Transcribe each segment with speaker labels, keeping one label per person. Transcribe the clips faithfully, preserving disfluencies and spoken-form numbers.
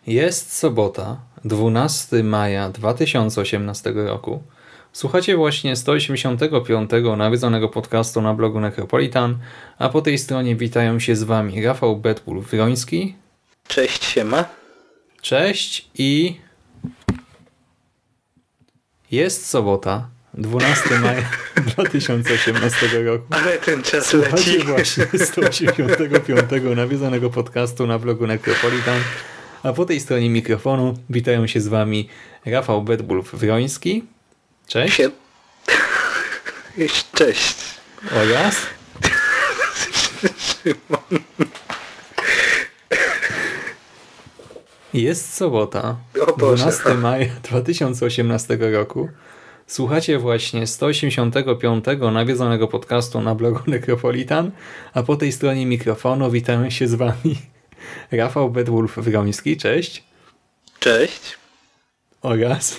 Speaker 1: Jest sobota, dwunastego maja dwa tysiące osiemnastego roku. Słuchacie właśnie sto osiemdziesiątego piątego nawiedzonego podcastu na blogu Necropolitan, a po tej stronie witają się z wami Rafał Bedwulf-Wroński.
Speaker 2: Cześć, siema.
Speaker 1: Cześć i... Jest sobota, dwunastego maja dwa tysiące osiemnastego roku.
Speaker 2: Ale ten czas
Speaker 1: Słuchacie
Speaker 2: leci.
Speaker 1: właśnie sto osiemdziesiątego piątego nawiedzonego podcastu na blogu Necropolitan, a po tej stronie mikrofonu witają się z wami Rafał Bedwulf-Wroński. Cześć.
Speaker 2: Sie... Cześć.
Speaker 1: Oraz
Speaker 2: Szymon.
Speaker 1: jest sobota,
Speaker 2: O Boże.
Speaker 1: dwunastego maja dwa tysiące osiemnastego roku. Słuchacie właśnie sto osiemdziesiątego piątego nawiedzonego podcastu na blogu Necropolitan, a po tej stronie mikrofonu witają się z wami Rafał Bedwulf-Wroński. Cześć.
Speaker 2: Cześć.
Speaker 1: Oraz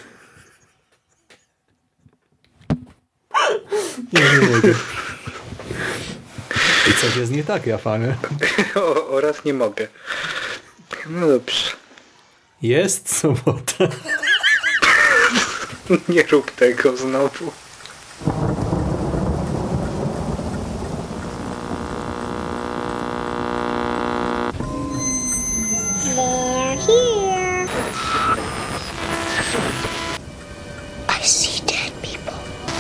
Speaker 1: nie, nie mogę. I coś jest nie tak, Rafale.
Speaker 2: O, oraz nie mogę. No dobrze.
Speaker 1: Jest sobota.
Speaker 2: Nie rób tego znowu.
Speaker 3: They're here. I see dead people.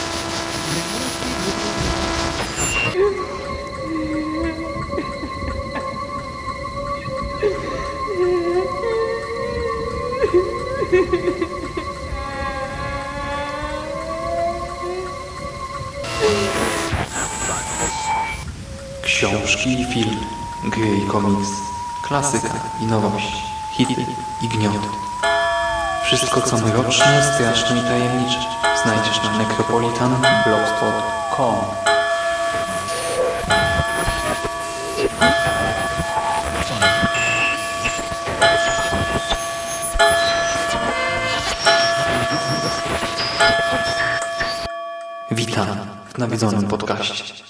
Speaker 4: Książki i film, gry i komiks, klasyka i nowość, hity i gnioty. Wszystko co mroczne, straszne i tajemnicze znajdziesz na necropolitan blogspot kropka com. Witam w nawiedzonym podcaście.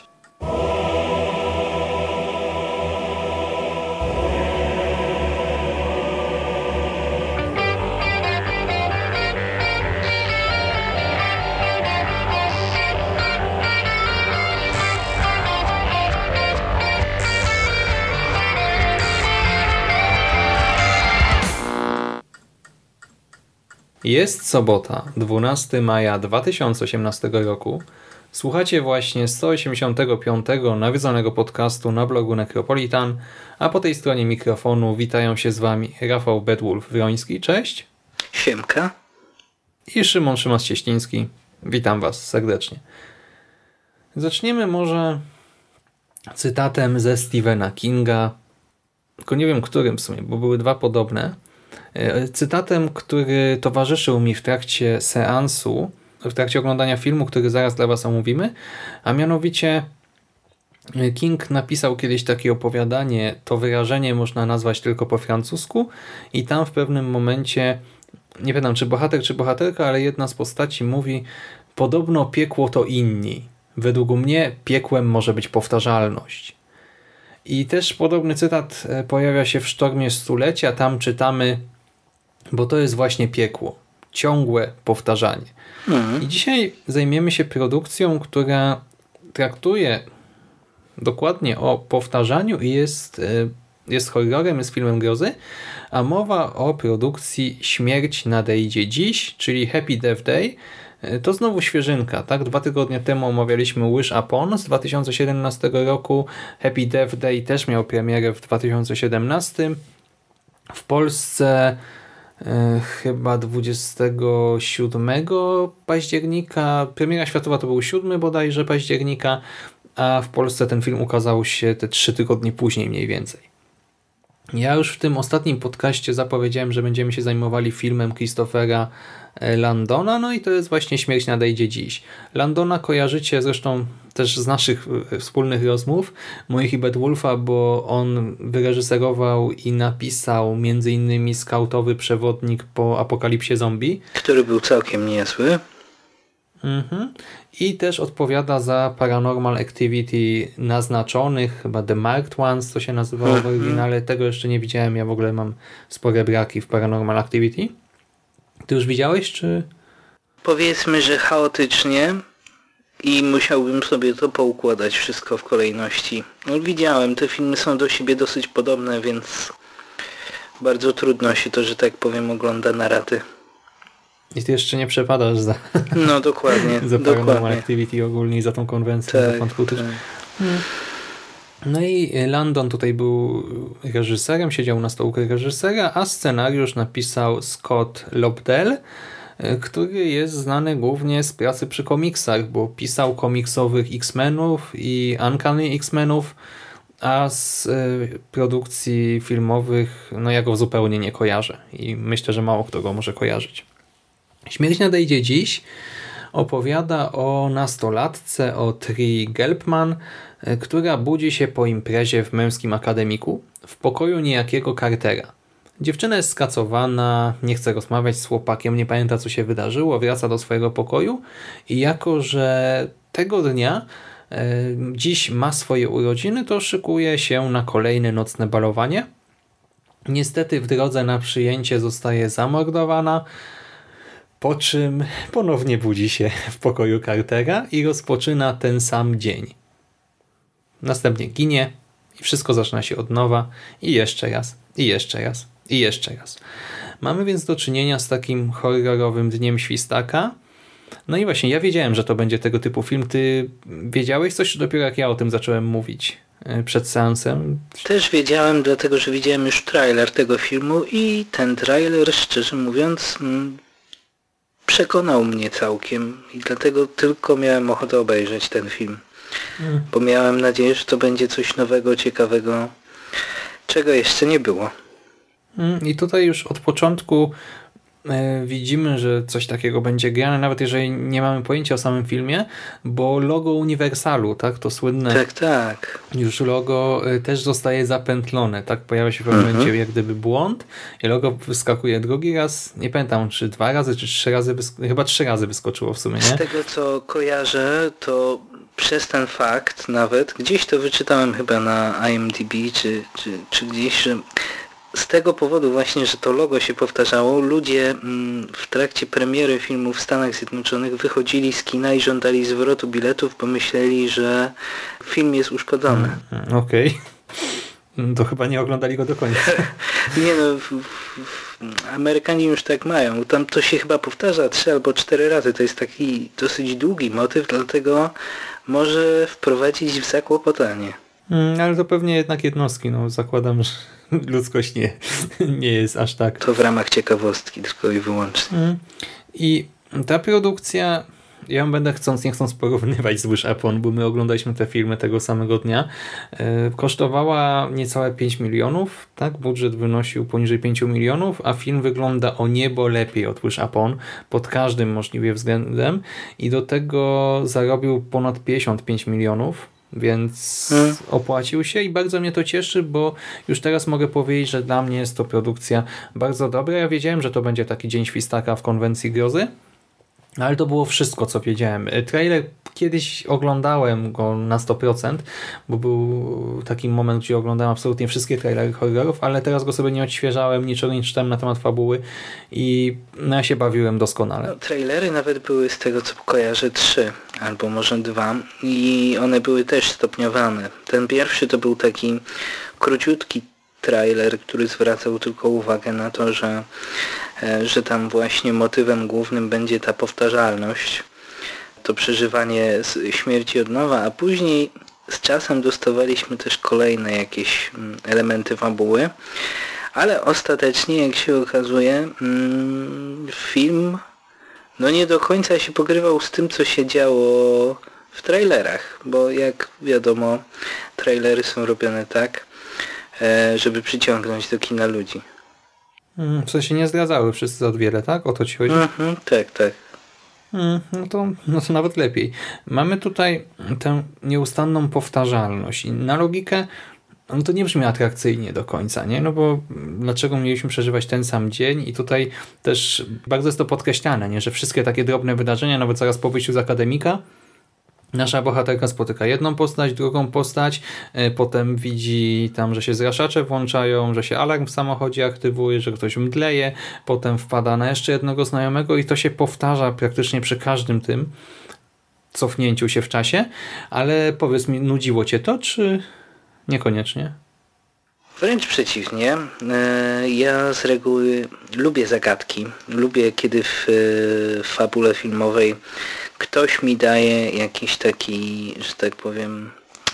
Speaker 1: Jest sobota, dwunastego maja dwa tysiące osiemnastego roku. Słuchacie właśnie sto osiemdziesiątego piątego nawiedzonego podcastu na blogu Necropolitan, a po tej stronie mikrofonu witają się z wami Rafał Bedwulf-Wroński. Cześć.
Speaker 2: Siemka.
Speaker 1: I Szymon Szymas-Cieśliński. Witam was serdecznie. Zaczniemy może cytatem ze Stephena Kinga, tylko nie wiem którym w sumie, bo były dwa podobne. Cytatem, który towarzyszył mi w trakcie seansu, w trakcie oglądania filmu, który zaraz dla was omówimy, a mianowicie King napisał kiedyś takie opowiadanie, to wyrażenie można nazwać tylko po francusku i tam w pewnym momencie, nie pamiętam czy bohater, czy bohaterka, ale jedna z postaci mówi: podobno piekło to inni. Według mnie piekłem może być powtarzalność. I też podobny cytat pojawia się w Sztormie Stulecia, tam czytamy: bo to jest właśnie piekło. Ciągłe powtarzanie. Mhm. I dzisiaj zajmiemy się produkcją, która traktuje dokładnie o powtarzaniu i jest, jest horrorem, jest filmem grozy, a mowa o produkcji Śmierć nadejdzie dziś, czyli Happy Death Day. To znowu świeżynka, tak? Dwa tygodnie temu omawialiśmy Wish Upon z dwa tysiące siedemnastego roku. Happy Death Day też miał premierę w dwa tysiące siedemnastym. W Polsce e, chyba dwudziestego siódmego października. Premiera światowa to był siódmego bodajże października, a w Polsce ten film ukazał się te trzy tygodnie później mniej więcej. Ja już w tym ostatnim podcaście zapowiedziałem, że będziemy się zajmowali filmem Christophera Landona, no i to jest właśnie Śmierć nadejdzie dziś. Landona kojarzycie zresztą też z naszych wspólnych rozmów, moich i Bedwulfa, bo on wyreżyserował i napisał między innymi skautowy przewodnik po apokalipsie zombie.
Speaker 2: Który był całkiem niezły.
Speaker 1: Mhm. I też odpowiada za Paranormal Activity naznaczonych, chyba The Marked Ones, to się nazywało w oryginale. Tego jeszcze nie widziałem, ja w ogóle mam spore braki w Paranormal Activity. Ty już widziałeś, czy...
Speaker 2: Powiedzmy, że chaotycznie i musiałbym sobie to poukładać wszystko w kolejności. No, widziałem, te filmy są do siebie dosyć podobne, więc bardzo trudno się to, że tak powiem, ogląda na raty.
Speaker 1: I ty jeszcze nie przepadasz za,
Speaker 2: No dokładnie,
Speaker 1: za Paranormal
Speaker 2: dokładnie.
Speaker 1: Activity ogólnie i za tą konwencją.
Speaker 2: Tak,
Speaker 1: za fan footage.
Speaker 2: tak.
Speaker 1: No i Landon tutaj był reżyserem, siedział na stołku reżysera, a scenariusz napisał Scott Lobdell, który jest znany głównie z pracy przy komiksach, bo pisał komiksowych X-Menów i Uncanny X-Menów, a z y, produkcji filmowych no ja go zupełnie nie kojarzę i myślę, że mało kto go może kojarzyć. Śmierć nadejdzie dziś opowiada o nastolatce, o Tri Gelbman, y, która budzi się po imprezie w męskim akademiku w pokoju niejakiego Cartera. Dziewczyna jest skacowana, nie chce rozmawiać z chłopakiem, nie pamięta co się wydarzyło, wraca do swojego pokoju i jako, że tego dnia e, dziś ma swoje urodziny, to szykuje się na kolejne nocne balowanie. Niestety w drodze na przyjęcie zostaje zamordowana, po czym ponownie budzi się w pokoju Cartera i rozpoczyna ten sam dzień. Następnie ginie i wszystko zaczyna się od nowa i jeszcze raz, i jeszcze raz. I jeszcze raz. Mamy więc do czynienia z takim horrorowym Dniem Świstaka. No i właśnie, ja wiedziałem, że to będzie tego typu film. Ty wiedziałeś coś, czy dopiero jak ja o tym zacząłem mówić przed seansem?
Speaker 2: Też wiedziałem, dlatego że widziałem już trailer tego filmu i ten trailer, szczerze mówiąc, przekonał mnie całkiem i dlatego tylko miałem ochotę obejrzeć ten film. Hmm. Bo miałem nadzieję, że to będzie coś nowego, ciekawego, czego jeszcze nie było.
Speaker 1: I tutaj już od początku e, widzimy, że coś takiego będzie grane, nawet jeżeli nie mamy pojęcia o samym filmie, bo logo Uniwersalu, tak, to słynne
Speaker 2: tak, tak.
Speaker 1: już logo e, też zostaje zapętlone, tak, pojawia się w pewnym mhm. momencie jak gdyby błąd i logo wyskakuje drugi raz, nie pamiętam czy dwa razy, czy trzy razy, chyba trzy razy wyskoczyło w sumie, nie?
Speaker 2: Z tego co kojarzę, to przez ten fakt nawet, gdzieś to wyczytałem chyba na I M D B, czy, czy, czy gdzieś, że z tego powodu właśnie, że to logo się powtarzało, ludzie w trakcie premiery filmu w Stanach Zjednoczonych wychodzili z kina i żądali zwrotu biletów, bo myśleli, że film jest uszkodzony.
Speaker 1: Mm, Okej. Okay. To chyba nie oglądali go do końca.
Speaker 2: Nie no, w, w, Amerykanie już tak mają. Tam to się chyba powtarza trzy albo cztery razy. To jest taki dosyć długi motyw, dlatego może wprowadzić w zakłopotanie.
Speaker 1: Mm, ale to pewnie jednak jednostki. No, zakładam, że ludzkość nie, nie jest aż tak.
Speaker 2: To w ramach ciekawostki tylko i wyłącznie. Mm.
Speaker 1: I ta produkcja, ja ją będę chcąc nie chcąc porównywać z Wish Upon, bo my oglądaliśmy te filmy tego samego dnia, yy, kosztowała niecałe pięć milionów, tak? Budżet wynosił poniżej pięć milionów, a film wygląda o niebo lepiej od Wish Upon pod każdym możliwym względem i do tego zarobił ponad pięćdziesiąt pięć milionów. Więc hmm. opłacił się i bardzo mnie to cieszy, bo już teraz mogę powiedzieć, że dla mnie jest to produkcja bardzo dobra. Ja wiedziałem, że to będzie taki Dzień Świstaka w konwencji grozy, ale to było wszystko, co wiedziałem. Trailer kiedyś oglądałem go na sto procent, bo był taki moment, gdzie oglądałem absolutnie wszystkie trailery horrorów, ale teraz go sobie nie odświeżałem, niczego nie czytałem na temat fabuły i no, ja się bawiłem doskonale.
Speaker 2: No, trailery nawet były z tego, co kojarzę, trzy albo może dwa i one były też stopniowane. Ten pierwszy to był taki króciutki trailer, który zwracał tylko uwagę na to, że, że tam właśnie motywem głównym będzie ta powtarzalność, to przeżywanie śmierci od nowa, a później z czasem dostawaliśmy też kolejne jakieś elementy fabuły, ale ostatecznie, jak się okazuje, film no nie do końca się pokrywał z tym, co się działo w trailerach, bo jak wiadomo, trailery są robione tak, żeby przyciągnąć do kina ludzi.
Speaker 1: W sensie nie zdradzały wszyscy za wiele, tak? O to ci chodzi?
Speaker 2: Mhm, tak, tak.
Speaker 1: No to, no to nawet lepiej. Mamy tutaj tę nieustanną powtarzalność i na logikę no to nie brzmi atrakcyjnie do końca, nie? No bo dlaczego mieliśmy przeżywać ten sam dzień i tutaj też bardzo jest to podkreślane, nie? Że wszystkie takie drobne wydarzenia, nawet zaraz po wyjściu z akademika, nasza bohaterka spotyka jedną postać, drugą postać, potem widzi tam, że się zraszacze włączają, że się alarm w samochodzie aktywuje, że ktoś mdleje, potem wpada na jeszcze jednego znajomego i to się powtarza praktycznie przy każdym tym cofnięciu się w czasie, ale powiedz mi, nudziło cię to, czy niekoniecznie?
Speaker 2: Wręcz przeciwnie. Ja z reguły lubię zagadki. Lubię, kiedy w fabule filmowej ktoś mi daje jakiś taki, że tak powiem,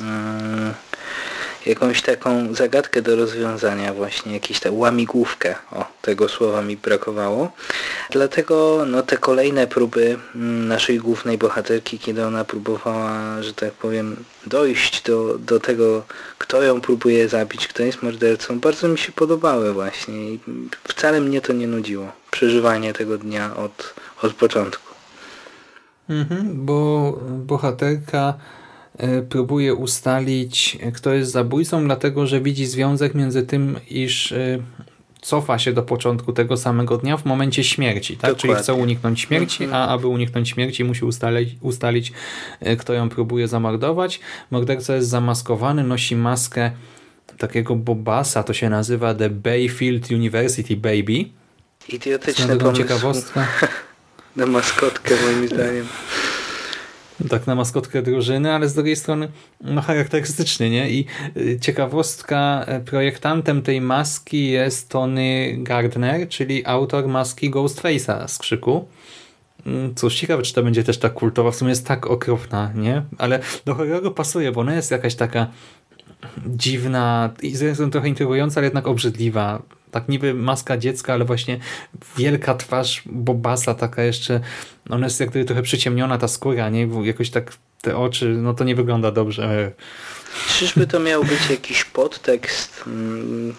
Speaker 2: jakąś taką zagadkę do rozwiązania, właśnie jakąś tę łamigłówkę. O, tego słowa mi brakowało. Dlatego no, te kolejne próby naszej głównej bohaterki, kiedy ona próbowała, że tak powiem, dojść do, do tego, kto ją próbuje zabić, kto jest mordercą, bardzo mi się podobały właśnie i wcale mnie to nie nudziło. Przeżywanie tego dnia od, od początku.
Speaker 1: Mhm, bo bohaterka próbuje ustalić, kto jest zabójcą, dlatego że widzi związek między tym, iż cofa się do początku tego samego dnia w momencie śmierci, tak? Czyli chce uniknąć śmierci, a aby uniknąć śmierci musi ustalić, ustalić, kto ją próbuje zamordować. Morderca jest zamaskowany, nosi maskę takiego bobasa, to się nazywa The Bayfield University Baby.
Speaker 2: Idiotyczny pomysł.
Speaker 1: Ciekawostka.
Speaker 2: Na maskotkę moim zdaniem.
Speaker 1: Tak, na maskotkę drużyny, ale z drugiej strony no charakterystyczny, nie? I ciekawostka, projektantem tej maski jest Tony Gardner, czyli autor maski Ghostface'a z Krzyku. Cóż, ciekawe, czy to będzie też tak kultowa, w sumie jest tak okropna, nie? Ale do horroru pasuje, bo ona jest jakaś taka dziwna i zresztą trochę intrygująca, ale jednak obrzydliwa. Tak niby maska dziecka, ale właśnie wielka twarz Bobasa, taka jeszcze, ona jest jak gdyby trochę przyciemniona, ta skóra, nie? Jakoś tak te oczy, no to nie wygląda dobrze.
Speaker 2: Czyżby to miał być jakiś podtekst mm,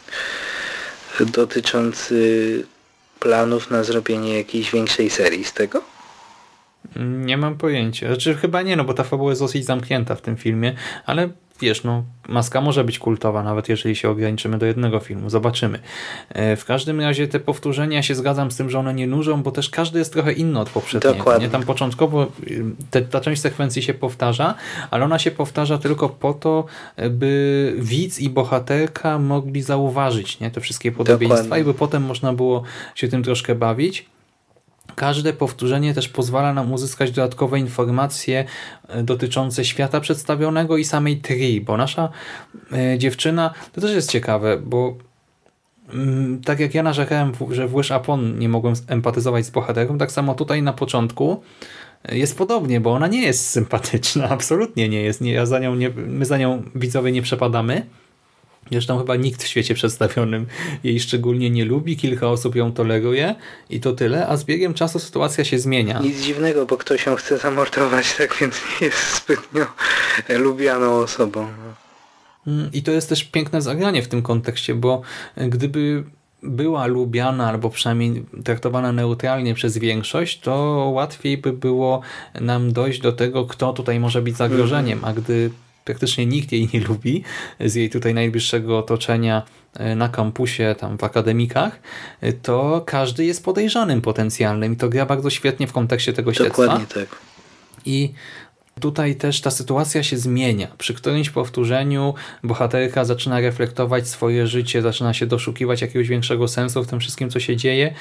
Speaker 2: dotyczący planów na zrobienie jakiejś większej serii z tego?
Speaker 1: Nie mam pojęcia. Znaczy chyba nie, no bo ta fabuła jest dosyć zamknięta w tym filmie, ale wiesz, no maska może być kultowa, nawet jeżeli się ograniczymy do jednego filmu. Zobaczymy. W każdym razie te powtórzenia, się zgadzam z tym, że one nie nużą, bo też każdy jest trochę inny od poprzedniego.
Speaker 2: Dokładnie.
Speaker 1: Nie? Tam początkowo te, ta część sekwencji się powtarza, ale ona się powtarza tylko po to, by widz i bohaterka mogli zauważyć, nie? Te wszystkie podobieństwa. Dokładnie. I by potem można było się tym troszkę bawić. Każde powtórzenie też pozwala nam uzyskać dodatkowe informacje dotyczące świata przedstawionego i samej Tree, bo nasza e, dziewczyna, to też jest ciekawe, bo mm, tak jak ja narzekałem, że w Wish Upon nie mogłem empatyzować z bohaterką, tak samo tutaj na początku jest podobnie, bo ona nie jest sympatyczna, absolutnie nie jest. Nie, ja za nią nie, my za nią widzowie nie przepadamy. Zresztą chyba nikt w świecie przedstawionym jej szczególnie nie lubi, kilka osób ją toleruje i to tyle, a z biegiem czasu sytuacja się zmienia.
Speaker 2: Nic dziwnego, bo ktoś ją chce zamordować, tak więc nie jest zbytnio lubianą osobą.
Speaker 1: I to jest też piękne zagranie w tym kontekście, bo gdyby była lubiana albo przynajmniej traktowana neutralnie przez większość, to łatwiej by było nam dojść do tego, kto tutaj może być zagrożeniem, a gdy praktycznie nikt jej nie lubi z jej tutaj najbliższego otoczenia na kampusie, tam w akademikach, to każdy jest podejrzanym potencjalnym i to gra bardzo świetnie w kontekście tego śledztwa.
Speaker 2: Dokładnie tak.
Speaker 1: I tutaj też ta sytuacja się zmienia. Przy którymś powtórzeniu bohaterka zaczyna reflektować swoje życie, zaczyna się doszukiwać jakiegoś większego sensu w tym wszystkim, co się dzieje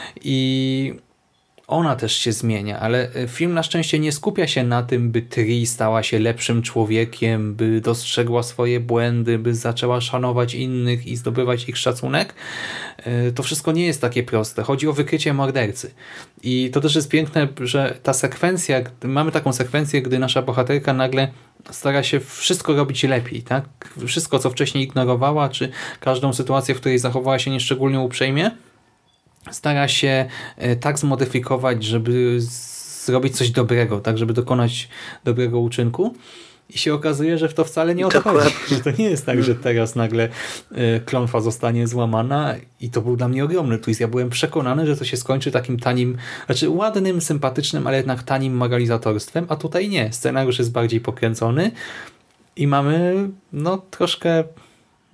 Speaker 1: i ona też się zmienia, ale film na szczęście nie skupia się na tym, by Tree stała się lepszym człowiekiem, by dostrzegła swoje błędy, by zaczęła szanować innych i zdobywać ich szacunek. To wszystko nie jest takie proste. Chodzi o wykrycie mordercy. I to też jest piękne, że ta sekwencja, mamy taką sekwencję, gdy nasza bohaterka nagle stara się wszystko robić lepiej, tak? Wszystko, co wcześniej ignorowała, czy każdą sytuację, w której zachowała się nieszczególnie uprzejmie, stara się tak zmodyfikować, żeby zrobić coś dobrego, tak, żeby dokonać dobrego uczynku i się okazuje, że w to wcale nie o to chodzi. Że to nie jest tak, że teraz nagle klątwa zostanie złamana i to był dla mnie ogromny twist. Ja byłem przekonany, że to się skończy takim tanim, znaczy ładnym, sympatycznym, ale jednak tanim moralizatorstwem, a tutaj nie. Scenariusz jest bardziej pokręcony i mamy no troszkę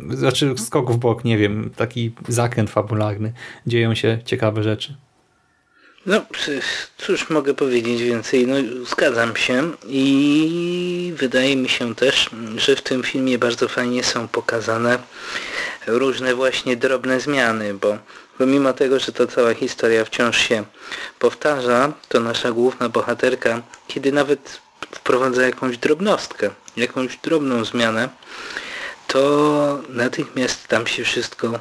Speaker 1: znaczy skok w bok, nie wiem, taki zakręt fabularny. Dzieją się ciekawe rzeczy.
Speaker 2: No, cóż mogę powiedzieć więcej? No, zgadzam się i wydaje mi się też, że w tym filmie bardzo fajnie są pokazane różne właśnie drobne zmiany, bo pomimo tego, że ta cała historia wciąż się powtarza, to nasza główna bohaterka, kiedy nawet wprowadza jakąś drobnostkę, jakąś drobną zmianę, to natychmiast tam się wszystko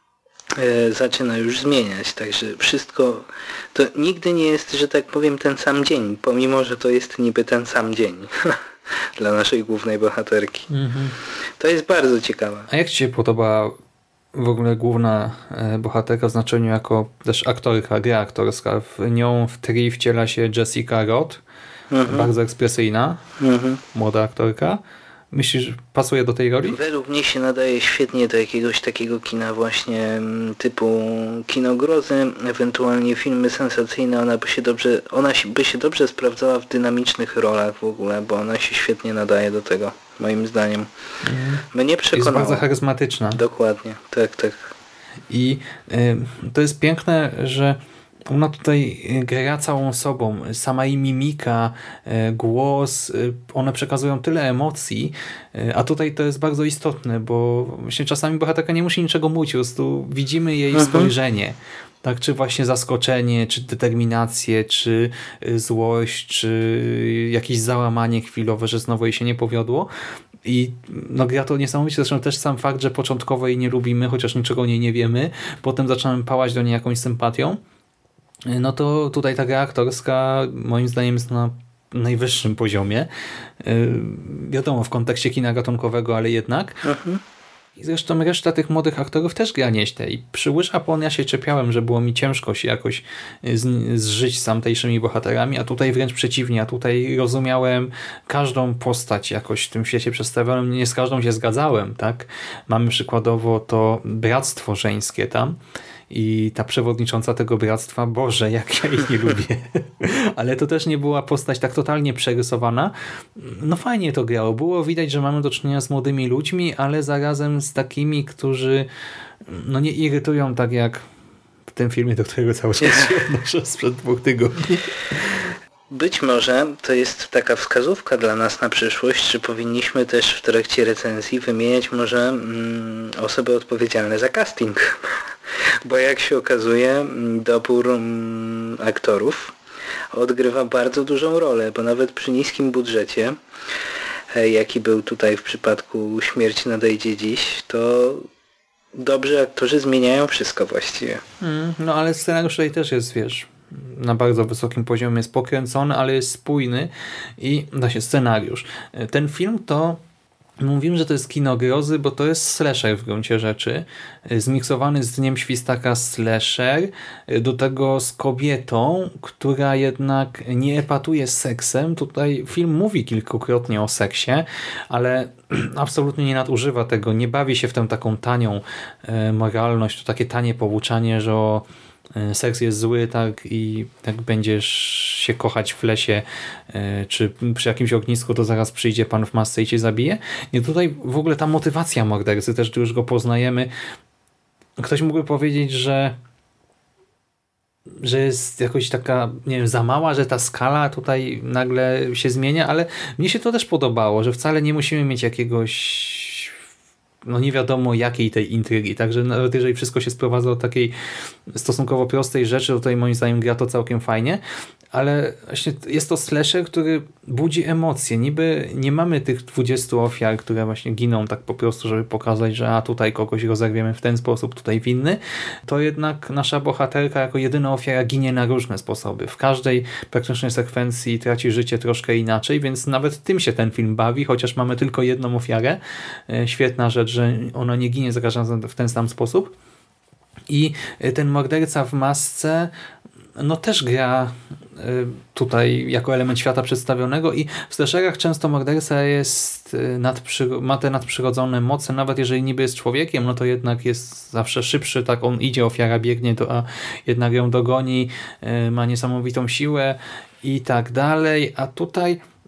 Speaker 2: e, zaczyna już zmieniać. Także wszystko, to nigdy nie jest, że tak powiem, ten sam dzień, pomimo że to jest niby ten sam dzień dla naszej głównej bohaterki. Mhm. To jest bardzo ciekawe.
Speaker 1: A jak Ci się podoba w ogóle główna bohaterka w znaczeniu jako też aktorka, gra aktorska? W nią w Tree wciela się Jessica Roth, mhm. bardzo ekspresyjna, mhm. młoda aktorka. Myślisz, pasuje do tej roli?
Speaker 2: Według mnie się nadaje świetnie do jakiegoś takiego kina właśnie typu kino grozy, ewentualnie filmy sensacyjne. Ona by się dobrze, ona by się dobrze sprawdzała w dynamicznych rolach w ogóle, bo ona się świetnie nadaje do tego, moim zdaniem. Mm. Mnie przekonała.
Speaker 1: Jest bardzo charyzmatyczna.
Speaker 2: Dokładnie, tak, tak.
Speaker 1: I y, to jest piękne, że ona tutaj gra całą sobą. Sama jej mimika, głos, one przekazują tyle emocji, a tutaj to jest bardzo istotne, bo właśnie czasami bohaterka nie musi niczego mówić, po prostu widzimy jej mhm. spojrzenie. Tak, czy właśnie zaskoczenie, czy determinację, czy złość, czy jakieś załamanie chwilowe, że znowu jej się nie powiodło. I no, gra to niesamowicie, zresztą też sam fakt, że początkowo jej nie lubimy, chociaż niczego o niej nie wiemy, potem zaczynamy pałać do niej jakąś sympatią. No to tutaj ta gra aktorska moim zdaniem jest na najwyższym poziomie. Yy, wiadomo, w kontekście kina gatunkowego, ale jednak. Mhm. I zresztą reszta tych młodych aktorów też gra nieźle. I przy Wish Upon ja się czepiałem, że było mi ciężko się jakoś z, zżyć z tamtejszymi bohaterami, a tutaj wręcz przeciwnie. A tutaj rozumiałem każdą postać jakoś w tym świecie przedstawionym. Nie z każdą się zgadzałem, tak? Mamy przykładowo to bractwo żeńskie tam. I ta przewodnicząca tego bractwa, Boże, jak ja jej nie lubię. Ale to też nie była postać tak totalnie przerysowana. No fajnie to grało. Było widać, że mamy do czynienia z młodymi ludźmi, ale zarazem z takimi, którzy no nie irytują tak jak w tym filmie, do którego cały czas się odnoszę sprzed dwóch tygodni.
Speaker 2: Być może to jest taka wskazówka dla nas na przyszłość, że powinniśmy też w trakcie recenzji wymieniać może mm, osoby odpowiedzialne za casting. Bo jak się okazuje, dobór mm, aktorów odgrywa bardzo dużą rolę, bo nawet przy niskim budżecie, jaki był tutaj w przypadku Śmierć nadejdzie dziś, to dobrzy aktorzy zmieniają wszystko właściwie. Mm,
Speaker 1: no ale scenariusz tutaj też jest, wiesz, na bardzo wysokim poziomie, jest pokręcony, ale jest spójny i da się scenariusz. Ten film to mówimy, że to jest kino grozy, bo to jest slasher w gruncie rzeczy. Zmiksowany z Dniem Świstaka slasher, do tego z kobietą, która jednak nie epatuje seksem. Tutaj film mówi kilkukrotnie o seksie, ale absolutnie nie nadużywa tego, nie bawi się w tę taką tanią moralność, to takie tanie pouczanie, że o seks jest zły, tak, i jak będziesz się kochać w lesie czy przy jakimś ognisku, to zaraz przyjdzie pan w masce i cię zabije. Nie, tutaj w ogóle ta motywacja mordercy, też tu już go poznajemy. Ktoś mógłby powiedzieć, że że jest jakoś taka, nie wiem, za mała, że ta skala tutaj nagle się zmienia, ale mnie się to też podobało, że wcale nie musimy mieć jakiegoś no nie wiadomo jakiej tej intrygi, także nawet jeżeli wszystko się sprowadza do takiej stosunkowo prostej rzeczy, to tutaj moim zdaniem gra to całkiem fajnie, ale właśnie jest to slasher, który budzi emocje. Niby nie mamy tych dwudziestu ofiar, które właśnie giną tak po prostu, żeby pokazać, że a tutaj kogoś rozerwiemy w ten sposób, tutaj w inny. To jednak nasza bohaterka jako jedyna ofiara ginie na różne sposoby. W każdej praktycznej sekwencji traci życie troszkę inaczej, więc nawet tym się ten film bawi, chociaż mamy tylko jedną ofiarę. Świetna rzecz, że ona nie ginie za każdym w ten sam sposób. I ten morderca w masce no też gra tutaj jako element świata przedstawionego i w slasherach często morderca jest nadprzy... ma te nadprzyrodzone moce, nawet jeżeli niby jest człowiekiem, no to jednak jest zawsze szybszy, tak on idzie, ofiara biegnie, to, a jednak ją dogoni, ma niesamowitą siłę i tak dalej, a tutaj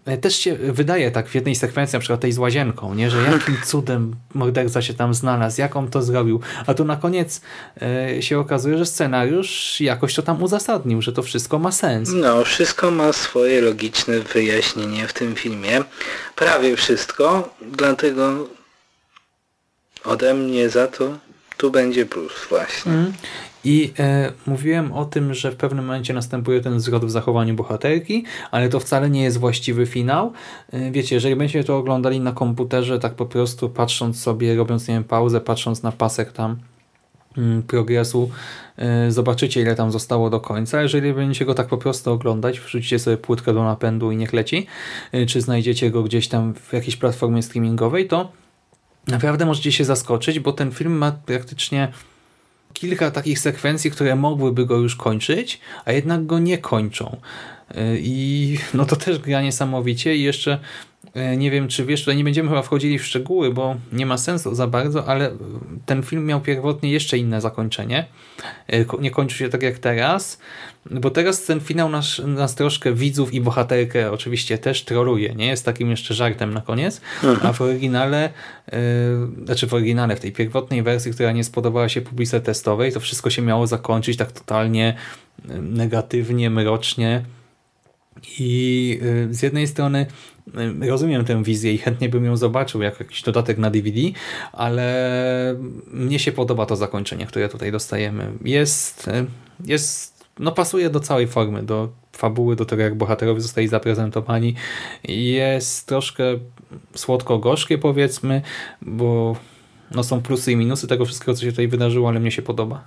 Speaker 1: też się wydaje tak w jednej sekwencji, na przykład tej z łazienką, nie? Że jakim cudem morderca się tam znalazł, jak on to zrobił, a tu na koniec e, się okazuje, że scenariusz jakoś to tam uzasadnił, że to wszystko ma sens.
Speaker 2: No, wszystko ma swoje logiczne wyjaśnienie w tym filmie. Prawie wszystko, dlatego ode mnie za to tu będzie plus właśnie.
Speaker 1: Mm. I e, mówiłem o tym, że w pewnym momencie następuje ten zwrot w zachowaniu bohaterki, ale to wcale nie jest właściwy finał. E, wiecie, jeżeli będziecie to oglądali na komputerze, tak po prostu patrząc sobie, robiąc, nie wiem, pauzę, patrząc na pasek tam mm, progresu, e, zobaczycie, ile tam zostało do końca. Jeżeli będziecie go tak po prostu oglądać, wrzucicie sobie płytkę do napędu i niech leci, e, czy znajdziecie go gdzieś tam w jakiejś platformie streamingowej, to naprawdę możecie się zaskoczyć, bo ten film ma praktycznie kilka takich sekwencji, które mogłyby go już kończyć, a jednak go nie kończą. I no to też gra niesamowicie i jeszcze nie wiem, czy wiesz, tutaj nie będziemy chyba wchodzili w szczegóły, bo nie ma sensu za bardzo, ale ten film miał pierwotnie jeszcze inne zakończenie. Nie kończył się tak jak teraz, bo teraz ten finał nas, nas troszkę widzów i bohaterkę oczywiście też troluje, nie? Jest takim jeszcze żartem na koniec, a w oryginale, yy, znaczy w oryginale, w tej pierwotnej wersji, która nie spodobała się publice testowej, to wszystko się miało zakończyć tak totalnie negatywnie, mrocznie. I z jednej strony rozumiem tę wizję i chętnie bym ją zobaczył jako jakiś dodatek na D V D, ale mnie się podoba to zakończenie, które tutaj dostajemy. Jest, jest no pasuje do całej formy, do fabuły, do tego jak bohaterowie zostali zaprezentowani. Jest troszkę słodko-gorzkie powiedzmy, bo no są plusy i minusy tego wszystkiego, co się tutaj wydarzyło, ale mnie się podoba.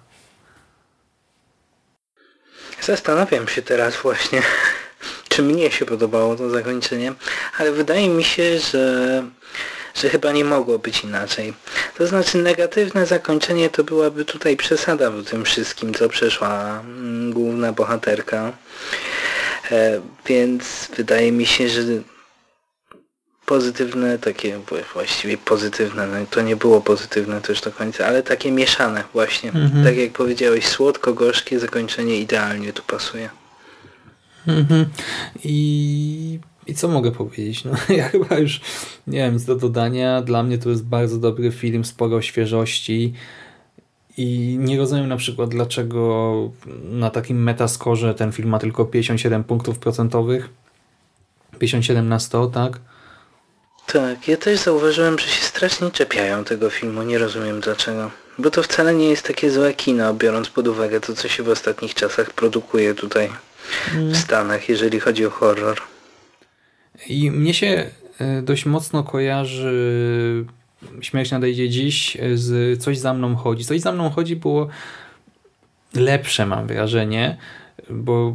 Speaker 2: Zastanawiam się teraz właśnie, czy mnie się podobało to zakończenie, ale wydaje mi się, że, że chyba nie mogło być inaczej. To znaczy negatywne zakończenie to byłaby tutaj przesada w tym wszystkim, co przeszła mm, główna bohaterka. E, więc wydaje mi się, że pozytywne, takie właściwie pozytywne, no to nie było pozytywne też do końca, ale takie mieszane właśnie. Mhm. Tak jak powiedziałeś, słodko-gorzkie zakończenie idealnie tu pasuje.
Speaker 1: Mhm. I, I co mogę powiedzieć? No, ja chyba już nie wiem nic do dodania. Dla mnie to jest bardzo dobry film, sporo świeżości i nie rozumiem na przykład dlaczego na takim metaskorze ten film ma tylko pięćdziesiąt siedem punktów procentowych. pięćdziesiąt siedem na sto, tak?
Speaker 2: Tak, ja też zauważyłem, że się strasznie czepiają tego filmu, nie rozumiem dlaczego. Bo to wcale nie jest takie złe kino, biorąc pod uwagę to, co się w ostatnich czasach produkuje tutaj w Stanach, jeżeli chodzi o horror.
Speaker 1: I mnie się dość mocno kojarzy Śmierć nadejdzie dziś z Coś za mną chodzi. Coś za mną chodzi było lepsze, mam wrażenie, bo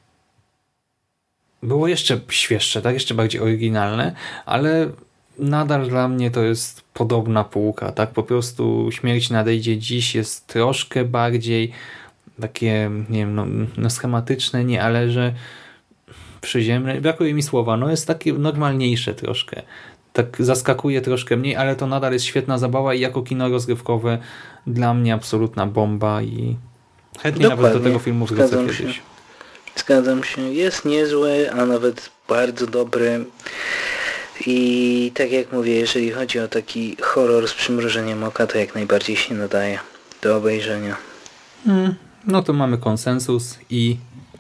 Speaker 1: było jeszcze świeższe, tak, jeszcze bardziej oryginalne, ale nadal dla mnie to jest podobna półka, tak, po prostu Śmierć nadejdzie dziś jest troszkę bardziej takie, nie wiem, no, no schematyczne, nie, ale że przyziemne, brakuje mi słowa, no jest takie normalniejsze troszkę, tak zaskakuje troszkę mniej, ale to nadal jest świetna zabawa i jako kino rozrywkowe dla mnie absolutna bomba i chętnie Dokładnie. nawet do tego filmu wrócę kiedyś.
Speaker 2: Zgadzam się. Jest niezły, a nawet bardzo dobry. I tak jak mówię, jeżeli chodzi o taki horror z przymrużeniem oka, to jak najbardziej się nadaje do obejrzenia.
Speaker 1: Hmm, no to mamy konsensus i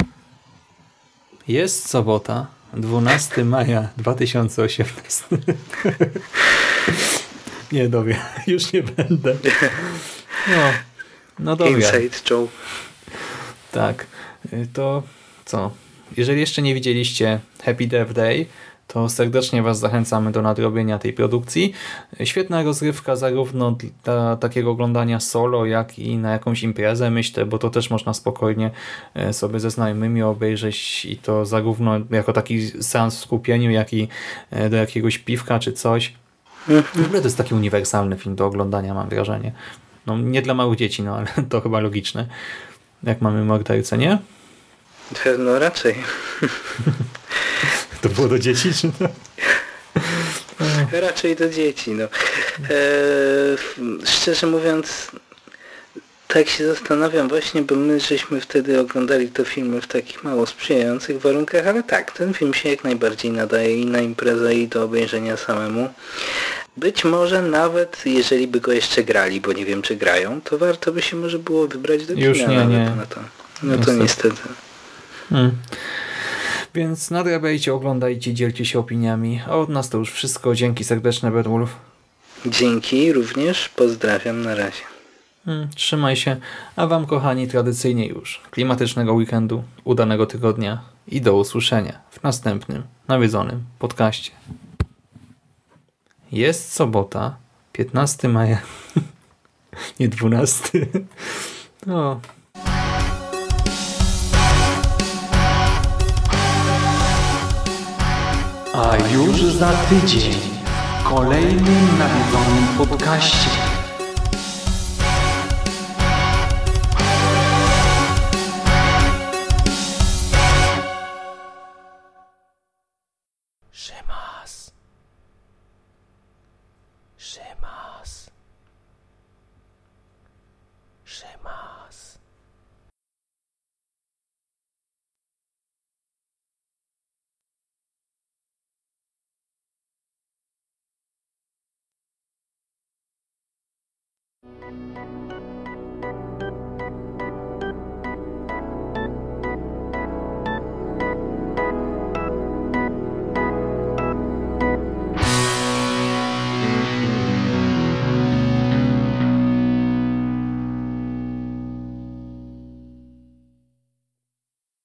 Speaker 1: jest sobota, dwunastego maja dwa tysiące osiemnastego. Nie dowie, już nie będę. No, no dobra.
Speaker 2: Inside Joe.
Speaker 1: Tak, to co? Jeżeli jeszcze nie widzieliście Happy Death Day, to serdecznie Was zachęcamy do nadrobienia tej produkcji. Świetna rozrywka zarówno dla takiego oglądania solo, jak i na jakąś imprezę, myślę, bo to też można spokojnie sobie ze znajomymi obejrzeć i to zarówno jako taki seans w skupieniu, jak i do jakiegoś piwka czy coś. W ogóle to jest taki uniwersalny film do oglądania, mam wrażenie. No nie dla małych dzieci, no ale to chyba logiczne. Jak mamy mordercę, nie?
Speaker 2: No raczej.
Speaker 1: To było do dzieci, czy no?
Speaker 2: Raczej do dzieci, no. E, szczerze mówiąc, Tak się zastanawiam właśnie, bo my żeśmy wtedy oglądali te filmy w takich mało sprzyjających warunkach, ale tak, ten film się jak najbardziej nadaje i na imprezę, i do obejrzenia samemu. Być może nawet, jeżeli by go jeszcze grali, bo nie wiem czy grają, to warto by się może było wybrać do kina.
Speaker 1: Już nie,
Speaker 2: nawet
Speaker 1: nie.
Speaker 2: Na to. No to niestety.
Speaker 1: Hmm. Więc nadrabiajcie, oglądajcie, dzielcie się opiniami. A od nas to już wszystko. Dzięki serdeczne, Beowulf.
Speaker 2: Dzięki również, pozdrawiam, na razie.
Speaker 1: Hmm, trzymaj się, a wam kochani tradycyjnie już klimatycznego weekendu, udanego tygodnia i do usłyszenia w następnym nawiedzonym podcaście. Jest sobota, piętnastego maja, nie dwunastego. No.
Speaker 4: A już za tydzień w kolejnym nawiedzonym podcaście.
Speaker 1: Szymas. Szymas. Szymas.
Speaker 3: Thank you.